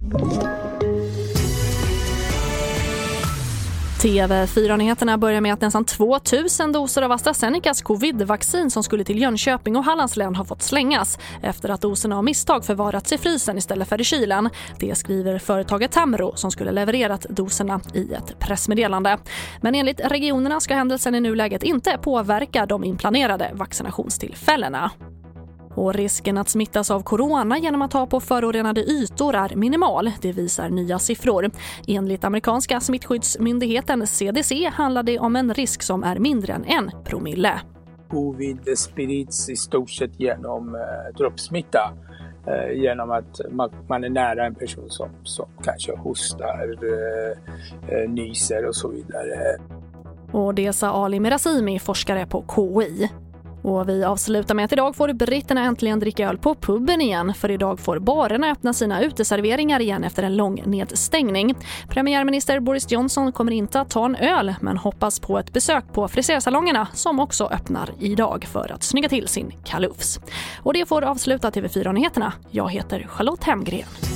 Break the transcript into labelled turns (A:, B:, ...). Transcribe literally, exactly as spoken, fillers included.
A: T V fyra-nyheterna börjar med att nästan tvåtusen doser av AstraZenecas covid-vaccin som skulle till Jönköping och Hallands län har fått slängas efter att doserna av misstag förvarats i frysen istället för i kylen. Det skriver företaget Tamro som skulle levererat doserna i ett pressmeddelande. Men enligt regionerna ska händelsen i nuläget inte påverka de inplanerade vaccinationstillfällena. Och risken att smittas av corona genom att ta på förorenade ytor är minimal, det visar nya siffror. Enligt amerikanska smittskyddsmyndigheten C D C handlar det om en risk som är mindre än en promille.
B: Covid sprids i stort sett genom eh, droppsmitta. Eh, genom att man, man är nära en person som, som kanske hostar, eh, nyser och så vidare.
A: Och det sa Ali Merazimi, forskare på K I. Och vi avslutar med att idag får britterna äntligen dricka öl på puben igen, för idag får barerna öppna sina uteserveringar igen efter en lång nedstängning. Premiärminister Boris Johnson kommer inte att ta en öl men hoppas på ett besök på frisersalongerna som också öppnar idag för att snygga till sin kalufs. Och det får avsluta T V fyra-nyheterna. Jag heter Charlotte Hemgren.